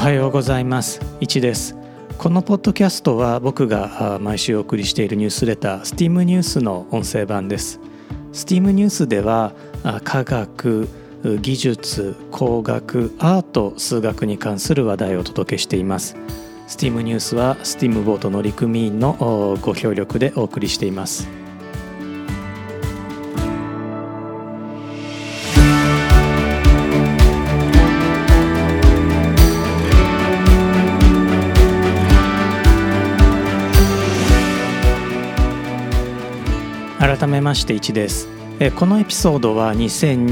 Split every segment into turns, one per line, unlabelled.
はようございます。いちです。このポッドキャストは僕が毎週お送りしているニュースレター STEAM ニュースの音声版です。 STEAM ニュースでは科学、技術、工学、アート、数学に関する話題をお届けしています。 STEAM ニュースは STEAM ボート乗組員のご協力でお送りしています。改めましていちです。このエピソードは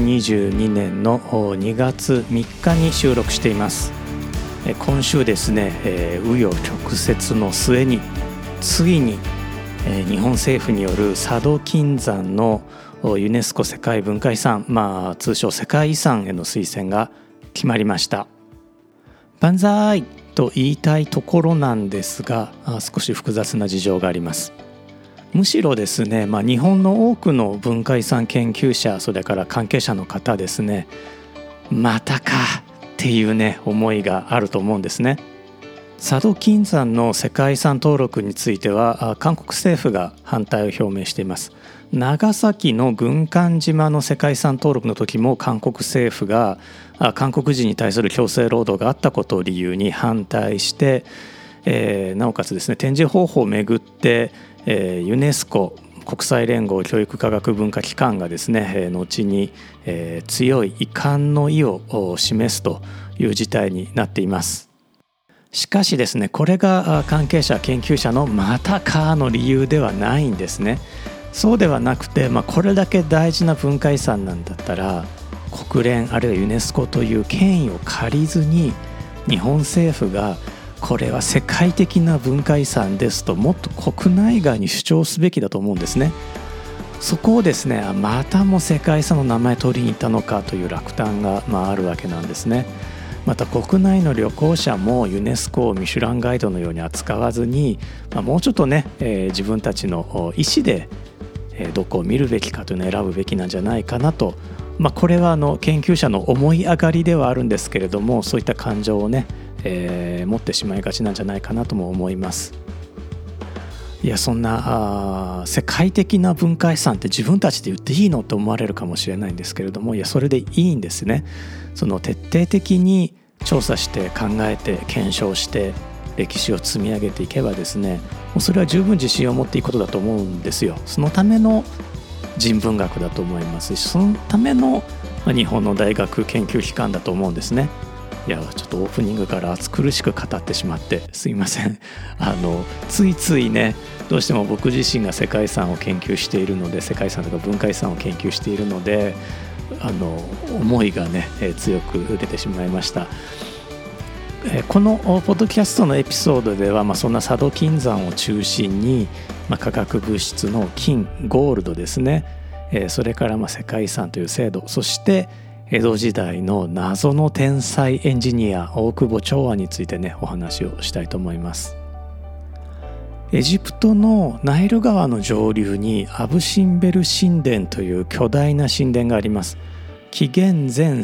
2022年の2月3日に収録しています。今週ですね、紆余曲折の末についに日本政府による佐渡金山のユネスコ世界文化遺産、通称世界遺産への推薦が決まりました。万歳と言いたいところなんですが、少し複雑な事情があります。むしろですね、日本の多くの文化遺産研究者、それから関係者の方ですね、またかっていうね思いがあると思うんですね。佐渡金山の世界遺産登録については韓国政府が反対を表明しています。長崎の軍艦島の世界遺産登録の時も韓国政府が韓国人に対する強制労働があったことを理由に反対して、なおかつですね展示方法をめぐってユネスコ国際連合教育科学文化機関がですね後に強い遺憾の意を示すという事態になっています。しかしですね、これが関係者研究者のまたかの理由ではないんですね。そうではなくて、これだけ大事な文化遺産なんだったら国連あるいはユネスコという権威を借りずに日本政府がこれは世界的な文化遺産ですともっと国内外に主張すべきだと思うんですね。そこをですね、またも世界遺産の名前取りに行ったのかという落胆があるわけなんですね。また国内の旅行者もユネスコをミシュランガイドのように扱わずに、もうちょっとね、自分たちの意思でどこを見るべきかというのを選ぶべきなんじゃないかなと、これは研究者の思い上がりではあるんですけれども、そういった感情をね持ってしまいがちなんじゃないかなとも思います。いや、そんな世界的な文化遺産って自分たちで言っていいのと思われるかもしれないんですけれども、いやそれでいいんですね。その徹底的に調査して考えて検証して歴史を積み上げていけばですね、もうそれは十分自信を持っていいことだと思うんですよ。そのための人文学だと思いますし、そのための日本の大学研究機関だと思うんですね。いやちょっとオープニングから暑苦しく語ってしまってすいません。ついついね、どうしても僕自身が世界遺産を研究しているので、世界遺産とか文化遺産を研究しているので思いがね強く出てしまいました。このポッドキャストのエピソードでは、そんな佐渡金山を中心に、化学物質の金、ゴールドですね、それから世界遺産という制度、そして江戸時代の謎の天才エンジニア大久保長安についてねお話をしたいと思います。エジプトのナイル川の上流にアブシンベル神殿という巨大な神殿があります。紀元前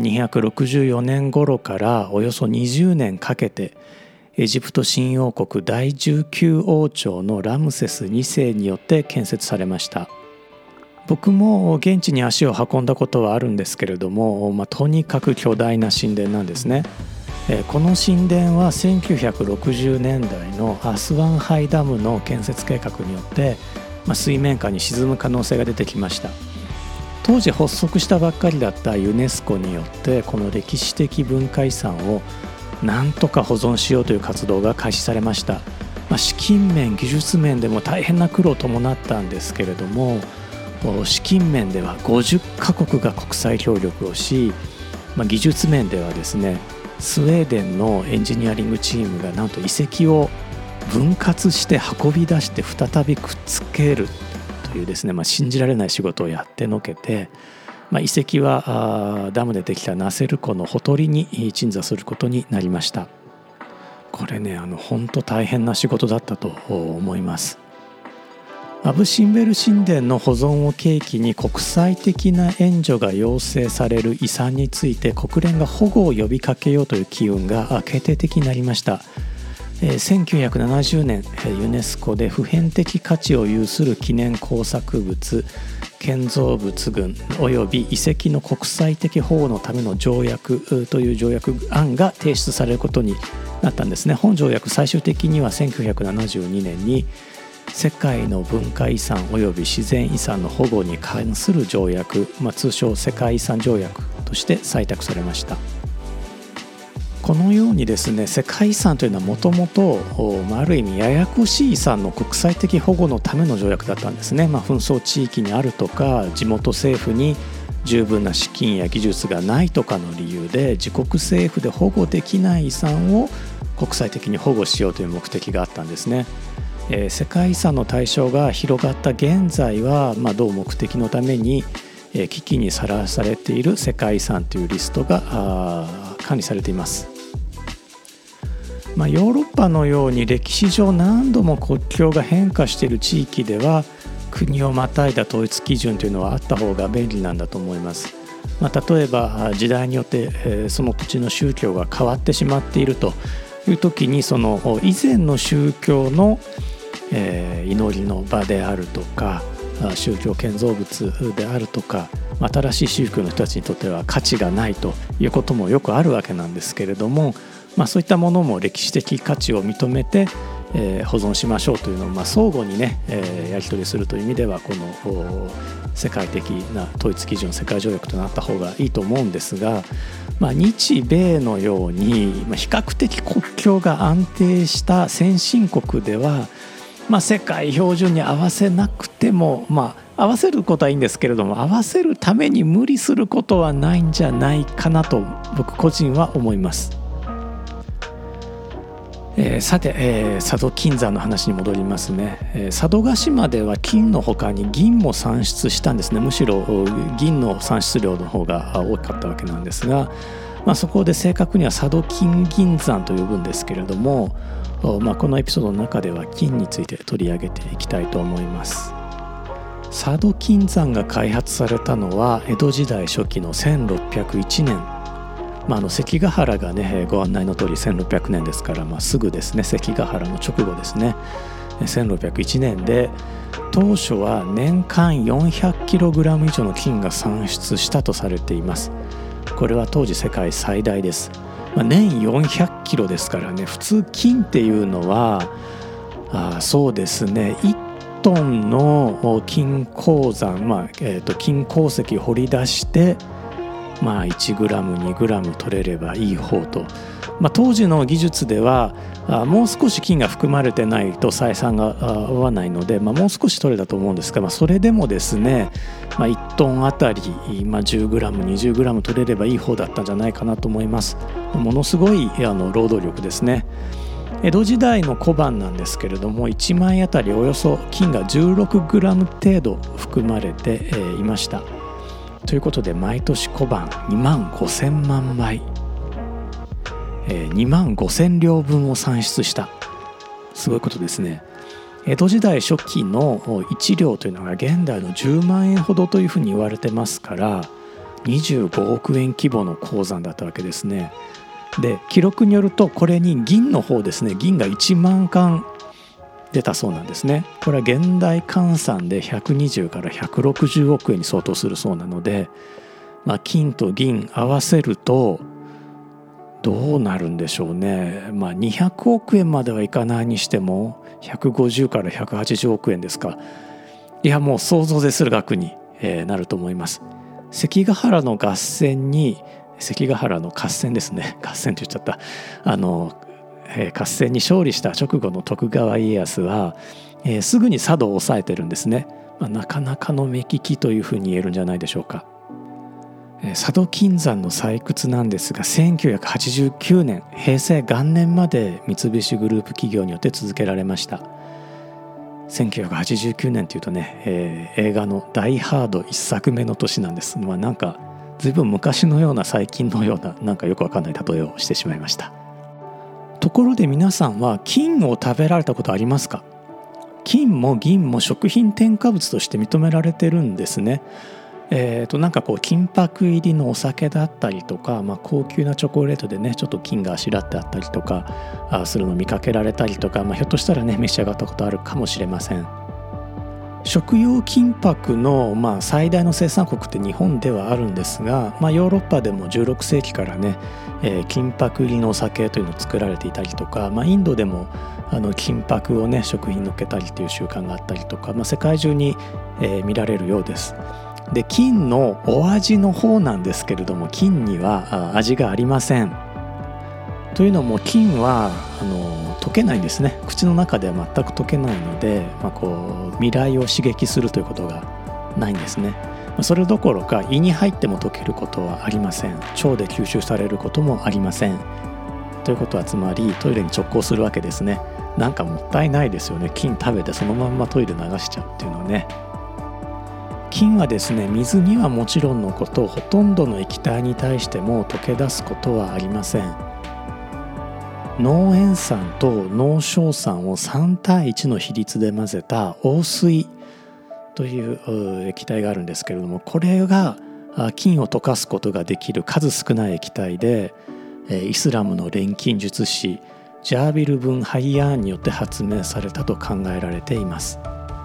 1264年頃からおよそ20年かけてエジプト新王国第19王朝のラムセス2世によって建設されました。僕も現地に足を運んだことはあるんですけれども、とにかく巨大な神殿なんですね。この神殿は1960年代のアスワンハイダムの建設計画によって、水面下に沈む可能性が出てきました。当時発足したばっかりだったユネスコによってこの歴史的文化遺産をなんとか保存しようという活動が開始されました。資金面技術面でも大変な苦労を伴ったんですけれども、資金面では50カ国が国際協力をし、技術面ではですねスウェーデンのエンジニアリングチームがなんと遺跡を分割して運び出して再びくっつけるというですね、信じられない仕事をやってのけて、遺跡はダムでできたナセル湖のほとりに鎮座することになりました。これね本当大変な仕事だったと思います。 アブ・シンベル神殿の保存を契機に国際的な援助が要請される遺産について国連が保護を呼びかけようという機運が決定的になりました。1970年ユネスコで普遍的価値を有する記念工作物、建造物群および遺跡の国際的保護のための条約という条約案が提出されることになったんですね。本条約最終的には1972年に世界の文化遺産および自然遺産の保護に関する条約、通称世界遺産条約として採択されました。このようにですね、世界遺産というのはもともとある意味ややこしい遺産の国際的保護のための条約だったんですね。紛争地域にあるとか地元政府に十分な資金や技術がないとかの理由で自国政府で保護できない遺産を国際的に保護しようという目的があったんですね。世界遺産の対象が広がった現在は、同目的のために危機にさらされている世界遺産というリストが管理されています。ヨーロッパのように歴史上何度も国境が変化している地域では国をまたいだ統一基準というのはあった方が便利なんだと思います。例えば時代によってその土地の宗教が変わってしまっているという時に、その以前の宗教の祈りの場であるとか宗教建造物であるとか新しい宗教の人たちにとっては価値がないということもよくあるわけなんですけれども、そういったものも歴史的価値を認めて保存しましょうというのを相互にねやり取りするという意味ではこの世界的な統一基準世界条約となった方がいいと思うんですが、日米のように比較的国境が安定した先進国では世界標準に合わせなくても合わせることはいいんですけれども合わせるために無理することはないんじゃないかなと僕個人は思います。さて、佐渡金山の話に戻りますね。佐渡島では金の他に銀も産出したんですね。むしろ銀の産出量の方が多かったわけなんですが、そこで正確には佐渡金銀山と呼ぶんですけれども、このエピソードの中では金について取り上げていきたいと思います。佐渡金山が開発されたのは江戸時代初期の1601年。関ヶ原がねご案内の通り1600年ですから、すぐですね。関ヶ原の直後ですね。1601年で当初は年間 400kg 以上の金が産出したとされています。これは当時世界最大です。年400キロですからね。普通金っていうのはそうですね1トンの金鉱山、金鉱石を掘り出して1グラム2グラム取れればいい方と、当時の技術ではもう少し金が含まれてないと採算が合わないので、もう少し取れたと思うんですが、それでもですね、1トンあたり10グラム20グラム取れればいい方だったんじゃないかなと思います。ものすごい労働力ですね。江戸時代の小判なんですけれども1枚あたりおよそ金が16グラム程度含まれていました。ということで毎年小判2万5000万枚、2万5000両分を産出した。すごいことですね。江戸時代初期の1両というのが現代の10万円ほどというふうに言われてますから25億円規模の鉱山だったわけですね。で記録によるとこれに銀の方ですね、銀が1万貫出たそうなんですね。これは現代換算で120から160億円に相当するそうなので、金と銀合わせるとどうなるんでしょうね。200億円まではいかないにしても150から180億円ですか。いやもう想像でする額になると思います。関ヶ原の合戦に関ヶ原の合戦ですね、合戦と言っちゃった合戦に勝利した直後の徳川家康は、すぐに佐渡を抑えてるんですね。なかなかの目利きというふうに言えるんじゃないでしょうか。佐渡金山の採掘なんですが1989年平成元年まで三菱グループ企業によって続けられました。1989年というとね、映画のダイハード1作目の年なんです。なんか随分昔のような最近のようななんかよくわかんない例えをしてしまいました。ところで皆さんは金を食べられたことありますか？ 金も銀も食品添加物として認められてるんですね。なんか金箔入りのお酒だったりとか、高級なチョコレートでねちょっと金があしらってあったりとかするのを見かけられたりとか、ひょっとしたらね召し上がったことあるかもしれません。食用金箔の、最大の生産国って日本ではあるんですが、ヨーロッパでも16世紀からね、金箔入りのお酒というのを作られていたりとか、インドでも金箔をね食品に乗っけたりという習慣があったりとか、世界中に、見られるようです。で金のお味の方なんですけれども、金には味がありません。というのも金は溶けないんですね。口の中では全く溶けないので、味蕾を刺激するということがないんですね。それどころか胃に入っても溶けることはありません。腸で吸収されることもありません。ということはつまりトイレに直行するわけですね。なんかもったいないですよね。金食べてそのまんまトイレ流しちゃうっていうのはね。金はですね、水にはもちろんのこと、ほとんどの液体に対しても溶け出すことはありません。濃塩酸と濃硝酸を3対1の比率で混ぜた王水という液体があるんですけれども、これが金を溶かすことができる数少ない液体で、イスラムの錬金術師ジャービル・ブン・ハイヤーンによって発明されたと考えられています。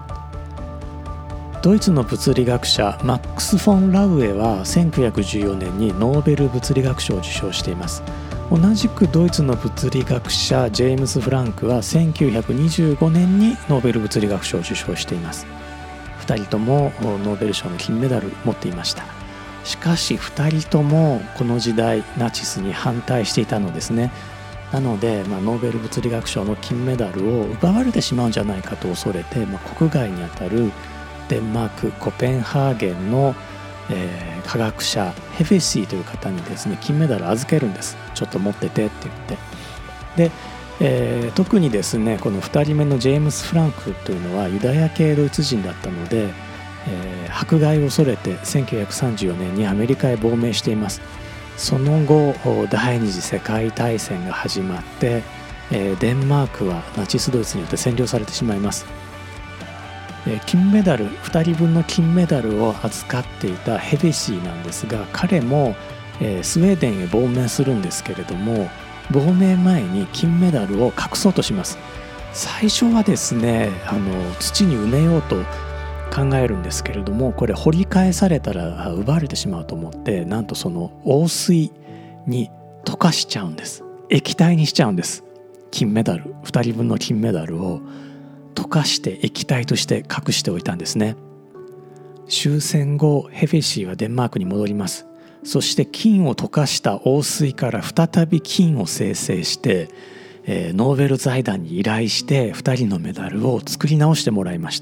ドイツの物理学者マックス・フォン・ラウエは1914年にノーベル物理学賞を受賞しています。同じくドイツの物理学者ジェームス・フランクは1925年にノーベル物理学賞を受賞しています。2人ともノーベル賞の金メダルを持っていました。しかし2人ともこの時代ナチスに反対していたのですね。なので、ノーベル物理学賞の金メダルを奪われてしまうんじゃないかと恐れて、国外にあたるデンマークコペンハーゲンの、科学者ヘフェシーという方にですね金メダルを預けるんです。ちょっと持っててって言ってで、特にですねこの2人目のジェームス・フランクというのはユダヤ系ドイツ人だったので、迫害を恐れて1934年にアメリカへ亡命しています。その後第二次世界大戦が始まって、デンマークはナチスドイツによって占領されてしまいます。金メダル2人分の金メダルを預かっていたヘベシーなんですが、彼も、スウェーデンへ亡命するんですけれども、亡命前に金メダルを隠そうとします。最初はですね土に埋めようと考えるんですけれども、これ掘り返されたら奪われてしまうと思って、なんとその王水に溶かしちゃうんです。液体にしちゃうんです。金メダル2人分の金メダルを溶かして液体として隠しておいたんですね。終戦後ヘフェシーはデンマークに戻ります。そして金を溶かした王水から再び金を生成して、ノーベル財団に依頼して2人のメダルを作り直してもらいました。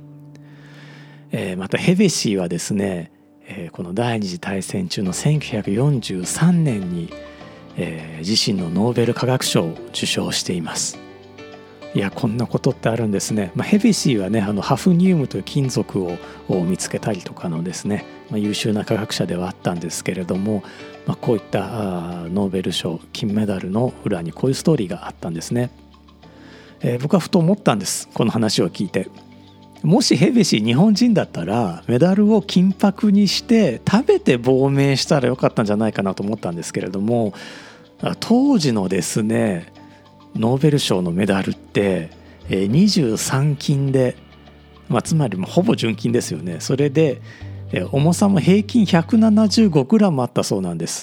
またヘフェシーはですね、この第二次大戦中の1943年に、自身のノーベル化学賞を受賞しています。いや、こんなことってあるんですね。ヘフェシーはねハフニウムという金属を見つけたりとかのですね、優秀な科学者ではあったんですけれども、こういったノーベル賞金メダルの裏にこういうストーリーがあったんですね。僕はふと思ったんです。この話を聞いて、もしヘフェシー日本人だったらメダルを金箔にして食べて亡命したらよかったんじゃないかなと思ったんですけれども、当時のですねノーベル賞のメダルって23金で、つまりほぼ純金ですよね。それで重さも平均 175g あったそうなんです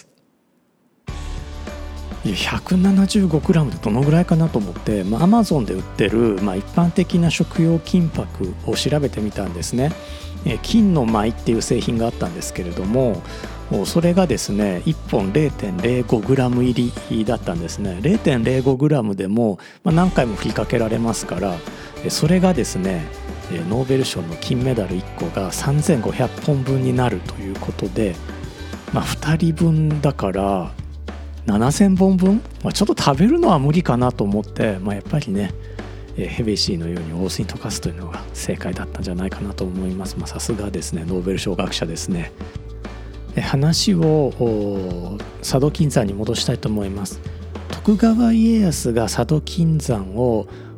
。175g ってどのぐらいかなと思って、Amazon で売ってる、一般的な食用金箔を調べてみたんですね。金の舞っていう製品があったんですけれども、それがですね1本 0.05g 入りだったんですね。 0.05g でも、何回も振りかけられますから、それがですねノーベル賞の金メダル1個が3500本分になるということで、2人分だから7000本分、ちょっと食べるのは無理かなと思って、やっぱりねヘベシーのように王水に溶かすというのが正解だったんじゃないかなと思います。さすがですねノーベル賞学者ですね。話を佐渡金山に戻したいと思います。徳川家康が佐渡金山を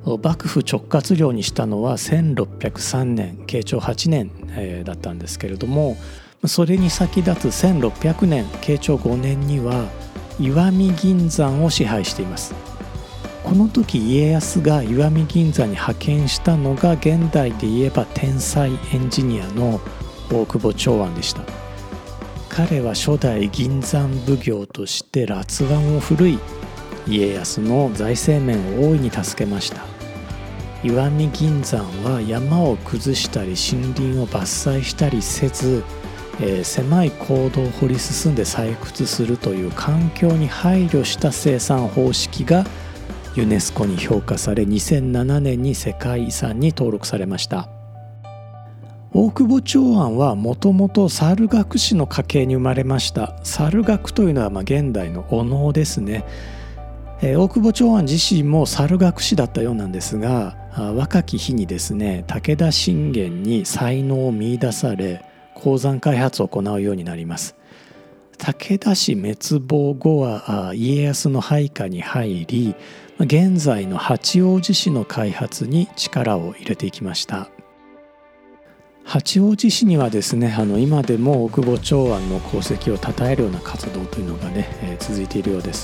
幕府直轄領にしたのは1603年慶長8年、だったんですけれども、それに先立つ1600年慶長5年には石見銀山を支配しています。この時家康が石見銀山に派遣したのが現代で言えば天才エンジニアの大久保長安でした。彼は初代銀山奉行として辣腕を振るい、家康の財政面を大いに助けました。石見銀山は山を崩したり森林を伐採したりせず、狭い坑道を掘り進んで採掘するという環境に配慮した生産方式がユネスコに評価され、2007年に世界遺産に登録されました。大久保長安はもともと猿楽氏の家系に生まれました。猿楽というのは現代のお能ですね。大久保長安自身も猿楽師だったようなんですが、若き日にですね、武田信玄に才能を見出され鉱山開発を行うようになります。武田氏滅亡後は家康の配下に入り、現在の八王子市の開発に力を入れていきました。八王子市にはですね、今でも大久保長安の功績を称えるような活動というのがね、続いているようです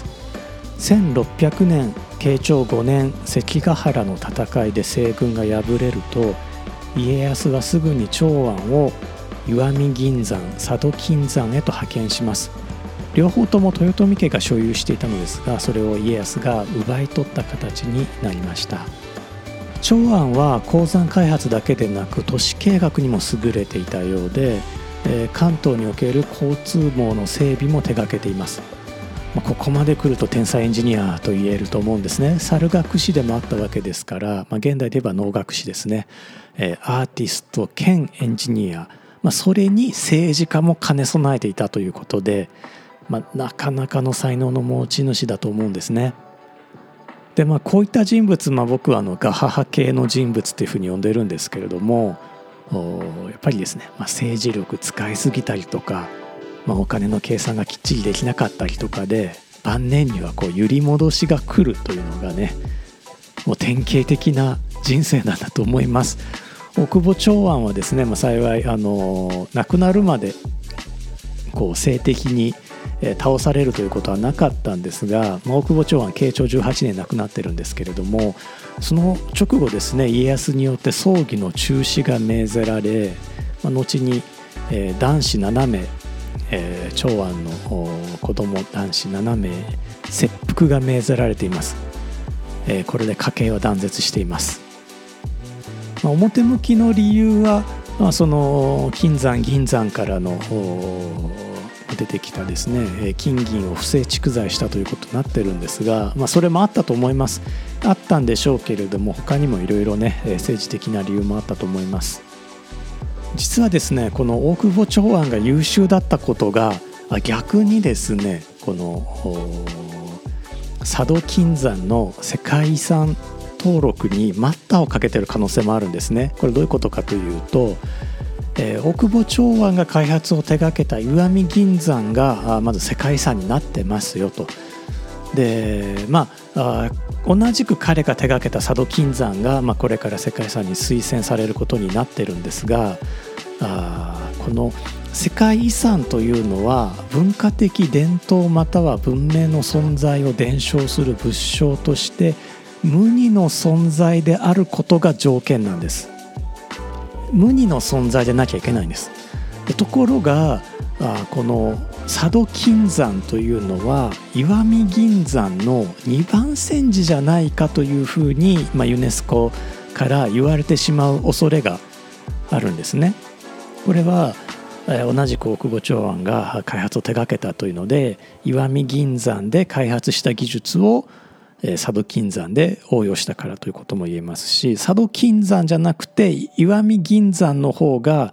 。1600年慶長5年関ヶ原の戦いで西軍が敗れると、家康はすぐに長安を石見銀山、佐渡金山へと派遣します。両方とも豊臣家が所有していたのですが、それを家康が奪い取った形になりました。長安は鉱山開発だけでなく都市計画にも優れていたようで、関東における交通網の整備も手掛けています。ここまで来ると天才エンジニアと言えると思うんですね。猿楽師でもあったわけですから、現代で言えば能楽師ですね。アーティスト兼エンジニア、それに政治家も兼ね備えていたということで、なかなかの才能の持ち主だと思うんですね。でこういった人物、僕はガハハ系の人物というふうに呼んでるんですけれども、やっぱりですね、政治力使いすぎたりとか、お金の計算がきっちりできなかったりとかで、晩年には揺り戻しが来るというのがね、もう典型的な人生なんだと思います。大久保長安はですね、幸い亡くなるまで性的に倒されるということはなかったんですが、大久保長安慶長18年亡くなってるんですけれども、その直後ですね、家康によって葬儀の中止が命ぜられ、後に男子7名、長安の子供男子7名切腹が命ぜられています。これで家計は断絶しています。表向きの理由は、その金山銀山からの出てきたですね、金銀を不正蓄財したということになってるんですが、それもあったと思います。あったんでしょうけれども、他にもいろいろね、政治的な理由もあったと思います。実はですね、この大久保長安が優秀だったことが逆にですね、この佐渡金山の世界遺産登録に待ったをかけている可能性もあるんですね。これどういうことかというと、大久保長安が開発を手掛けた石見銀山がまず世界遺産になってますよと。で同じく彼が手掛けた佐渡金山が、これから世界遺産に推薦されることになってるんですが、この世界遺産というのは文化的伝統または文明の存在を伝承する物証として無二の存在であることが条件なんです。無二の存在でなきゃいけないんです。ところがこの佐渡金山というのは石見銀山の2番煎じじゃないかというふうに、ユネスコから言われてしまう恐れがあるんですね。これは同じく大久保長安が開発を手掛けたというので、石見銀山で開発した技術を佐渡金山で応用したからということも言えますし、佐渡金山じゃなくて石見銀山の方が、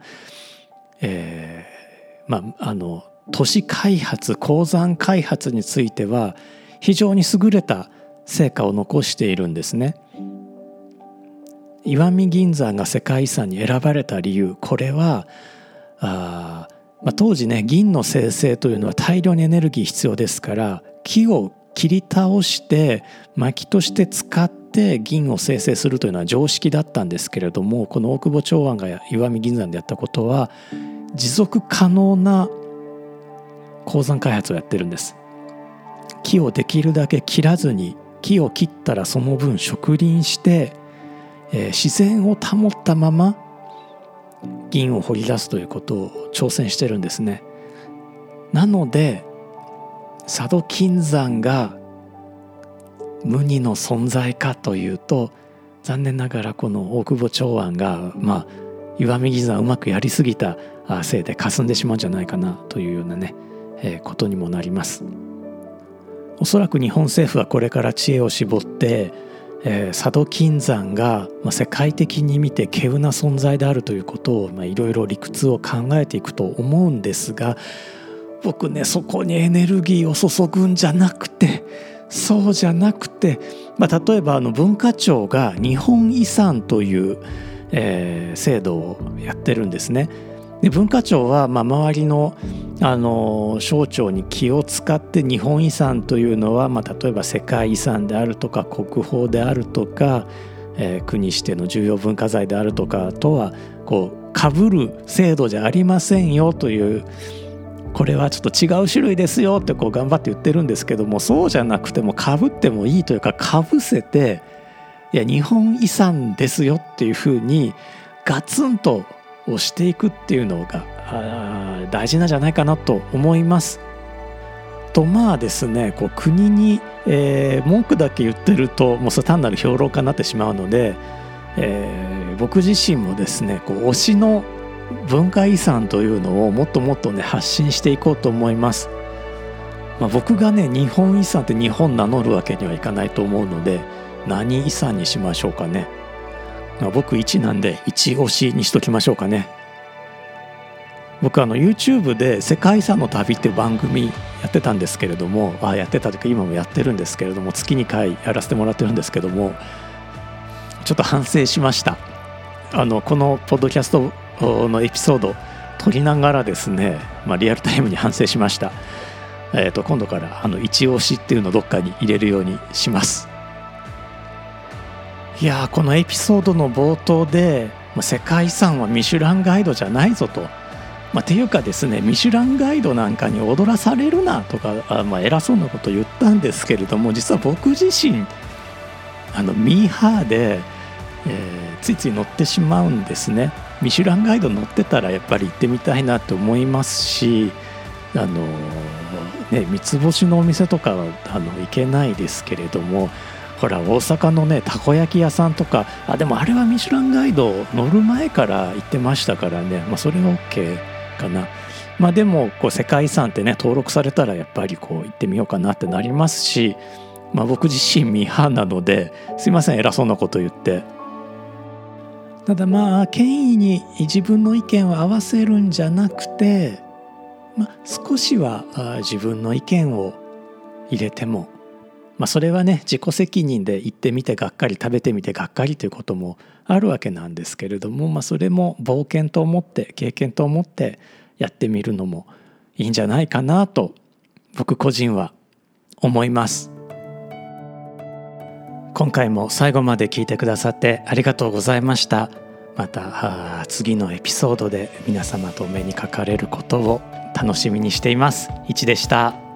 都市開発、鉱山開発については非常に優れた成果を残しているんですね。石見銀山が世界遺産に選ばれた理由、これは当時ね、銀の生成というのは大量にエネルギー必要ですから、木を切り倒して薪として使ってて銀を生成するというのは常識だったんですけれども、この大久保長庵が石見銀山でやったことは持続可能な鉱山開発をやってるんです。木をできるだけ切らずに、木を切ったらその分植林して、自然を保ったまま銀を掘り出すということを挑戦してるんですね。なので佐渡金山が無二の存在かというと、残念ながらこの大久保長庵が石見銀山うまくやりすぎたせいで霞んでしまうんじゃないかなというようなね、ことにもなります。おそらく日本政府はこれから知恵を絞って、佐渡金山が世界的に見て稀有な存在であるということをいろいろ理屈を考えていくと思うんですが、僕ね、そこにエネルギーを注ぐんじゃなくて、そうじゃなくて、例えば文化庁が日本遺産という、制度をやってるんですね。で、文化庁は周りの省庁に気を使って日本遺産というのは、例えば世界遺産であるとか国宝であるとか、国指定の重要文化財であるとかとは被る制度じゃありませんよという、これはちょっと違う種類ですよって頑張って言ってるんですけども、そうじゃなくても被ってもいいというか、被せて、いや日本遺産ですよっていうふうにガツンと押していくっていうのが大事なんじゃないかなと思います。とですね、国に、文句だけ言ってるともうそれ単なる評論家になってしまうので、僕自身もですね推しの文化遺産というのをもっともっとね発信していこうと思います。僕がね日本遺産って日本名乗るわけにはいかないと思うので、何遺産にしましょうかね。僕1なんで1推しにしときましょうかね。僕YouTube で世界遺産の旅っていう番組やってたんですけれども、やってたというか今もやってるんですけれども、月2回やらせてもらってるんですけども、ちょっと反省しました。このポッドキャストのエピソード撮りながらですね、リアルタイムに反省しました。今度から一押しっていうのをどっかに入れるようにします。いや、このエピソードの冒頭で世界遺産はミシュランガイドじゃないぞと、っていうかですね、ミシュランガイドなんかに踊らされるなとか偉そうなこと言ったんですけれども、実は僕自身ミーハーで、ついつい乗ってしまうんですね。ミシュランガイド乗ってたらやっぱり行ってみたいなと思いますし、三つ星のお店とかは行けないですけれども、ほら大阪のねたこ焼き屋さんとか、でもあれはミシュランガイド乗る前から行ってましたからね、それは OK かな。でも世界遺産ってね登録されたらやっぱり行ってみようかなってなりますし、僕自身ミーハーなのですいません偉そうなこと言って。ただ権威に自分の意見を合わせるんじゃなくて、少しは自分の意見を入れても、それはね自己責任で行ってみてがっかり、食べてみてがっかりということもあるわけなんですけれども、それも冒険と思って経験と思ってやってみるのもいいんじゃないかなと僕個人は思います。今回も最後まで聞いてくださってありがとうございました。また次のエピソードで皆様とお目にかかれることを楽しみにしています。いちでした。